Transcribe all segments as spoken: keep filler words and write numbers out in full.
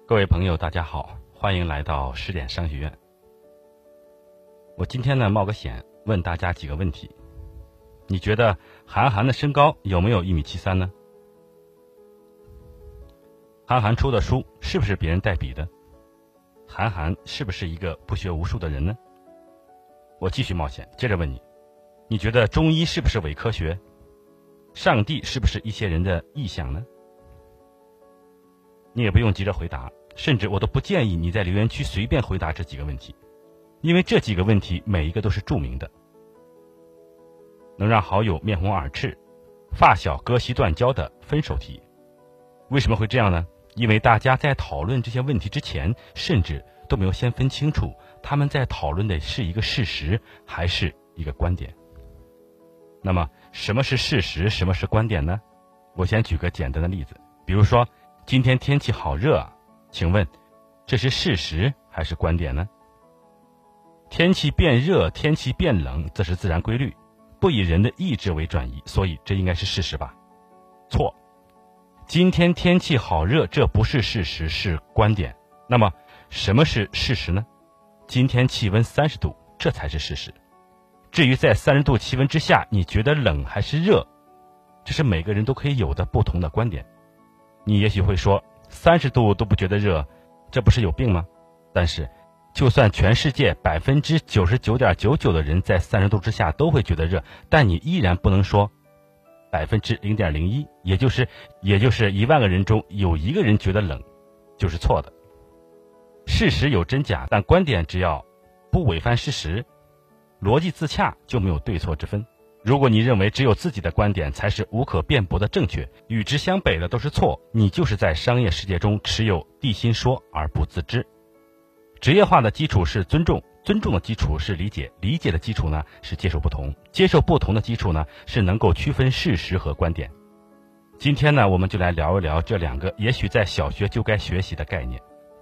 各位朋友大家好，欢迎来到十点商学院。我今天呢冒个险问大家几个问题。你觉得韩寒的身高有没有一米七三呢？韩寒出的书是不是别人代笔的？韩寒是不是一个不学无术的人呢？我继续冒险接着问你，你觉得中医是不是伪科学？上帝是不是一些人的臆想呢？你也不用急着回答，甚至我都不建议你在留言区随便回答这几个问题，因为这几个问题每一个都是著名的，能让好友面红耳赤，发小割席断交的分手题。为什么会这样呢？因为大家在讨论这些问题之前，甚至都没有先分清楚他们在讨论的是一个事实还是一个观点。那么什么是事实，什么是观点呢？我先举个简单的例子，比如说今天天气好热啊，请问这是事实还是观点呢？天气变热，天气变冷，这是自然规律，不以人的意志为转移，所以这应该是事实吧？错。今天天气好热，这不是事实，是观点。那么什么是事实呢？今天气温三十度，这才是事实。至于在三十度气温之下你觉得冷还是热，这是每个人都可以有的不同的观点。你也许会说三十度都不觉得热，这不是有病吗？但是就算全世界 百分之九十九点九九 的人在三十度之下都会觉得热，但你依然不能说 百分之零点零一， 也就是也就是一万个人中有一个人觉得冷，就是错的。事实有真假，但观点只要不违反事实，逻辑自洽，就没有对错之分。如果你认为只有自己的观点才是无可辩驳的正确，与之相悖的都是错，你就是在商业世界中持有地心说而不自知。职业化的基础是尊重，尊重的基础是理解，理解的基础呢是接受不同，接受不同的基础呢是能够区分事实和观点。今天呢我们就来聊一聊这两个也许在小学就该学习的概念。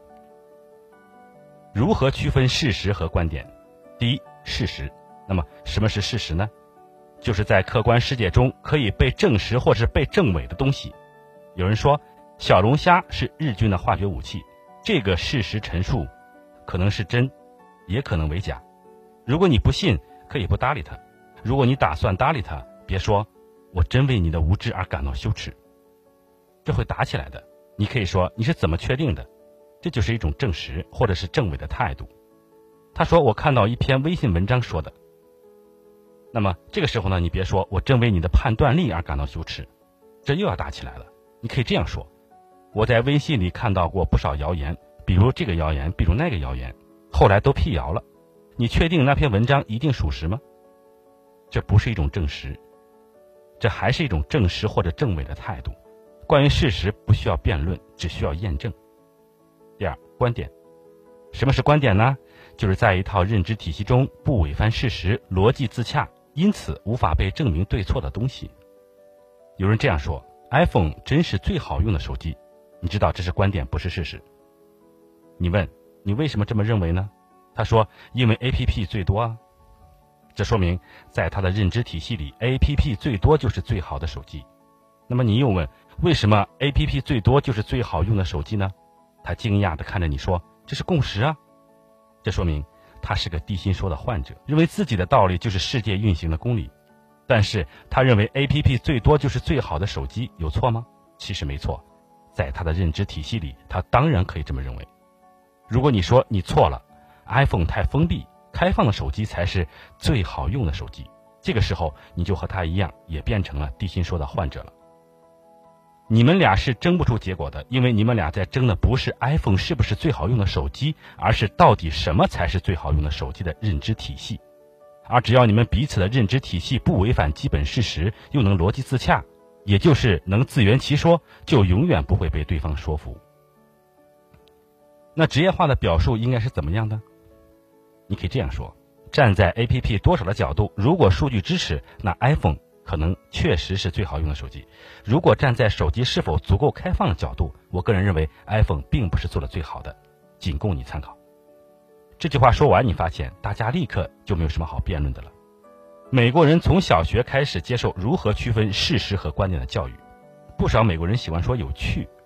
如何区分事实和观点？第一，事实。那么什么是事实呢？就是在客观世界中可以被证实或是被证伪的东西。有人说小龙虾是日军的化学武器，这个事实陈述可能是真，也可能为假。如果你不信，可以不搭理他；如果你打算搭理他，别说我真为你的无知而感到羞耻，这会打起来的。你可以说你是怎么确定的？这就是一种证实或者是证伪的态度。他说我看到一篇微信文章说的，那么这个时候呢，你别说我真为你的判断力而感到羞耻，这又要打起来了。你可以这样说，我在微信里看到过不少谣言，比如这个谣言，比如那个谣言，后来都辟谣了，你确定那篇文章一定属实吗？这不是一种证实，这还是一种证实或者证伪的态度。关于事实不需要辩论，只需要验证。第二，观点。什么是观点呢？就是在一套认知体系中不违反事实，逻辑自洽，因此无法被证明对错的东西。有人这样说 iPhone 真是最好用的手机，你知道这是观点不是事实。你问你为什么这么认为呢？他说因为 A P P 最多啊。这说明在他的认知体系里 A P P 最多就是最好的手机。那么你又问为什么 A P P 最多就是最好用的手机呢？他惊讶地看着你说这是共识啊。这说明他是个地心说的患者，认为自己的道理就是世界运行的公理。但是他认为 A P P 最多就是最好的手机，有错吗？其实没错，在他的认知体系里他当然可以这么认为。如果你说你错了， iPhone 太封闭，开放的手机才是最好用的手机，这个时候你就和他一样也变成了地心说的患者了。你们俩是争不出结果的，因为你们俩在争的不是 iPhone 是不是最好用的手机，而是到底什么才是最好用的手机的认知体系。而只要你们彼此的认知体系不违反基本事实，又能逻辑自洽，也就是能自圆其说，就永远不会被对方说服。那职业化的表述应该是怎么样的？你可以这样说，站在 A P P 多少的角度，如果数据支持，那 iPhone可能确实是最好用的手机。如果站在手机是否足够开放的角度，我个人认为 iPhone 并不是做的最好的，仅供你参考。这句话说完，你发现大家立刻就没有什么好辩论的了。美国人从小学开始接受如何区分事实和观点的教育，不少美国人喜欢说有趣，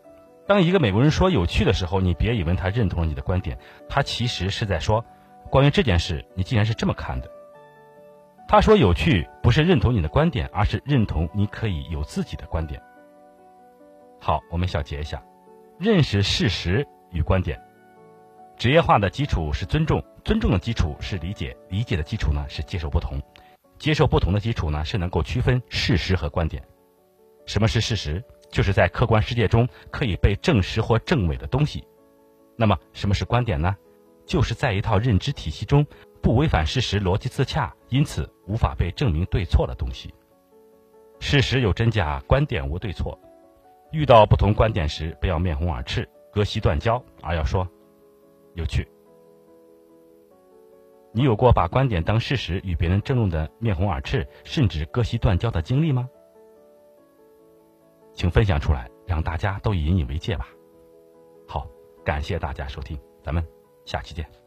当一个美国人说有趣的时候，你别以为他认同了你的观点，他其实是在说，关于这件事，你竟然是这么看的。他说有趣不是认同你的观点，而是认同你可以有自己的观点。好，我们小结一下，认识事实与观点。职业化的基础是尊重，尊重的基础是理解，理解的基础呢是接受不同，接受不同的基础呢是能够区分事实和观点。什么是事实？就是在客观世界中可以被证实或证伪的东西。那么什么是观点呢？就是在一套认知体系中不违反事实，逻辑自洽，因此无法被证明对错的东西。事实有真假，观点无对错。遇到不同观点时，不要面红耳赤，割席断交，而要说有趣。你有过把观点当事实与别人争论的面红耳赤，甚至割席断交的经历吗？请分享出来，让大家都引以为戒吧。好，感谢大家收听，咱们下期见。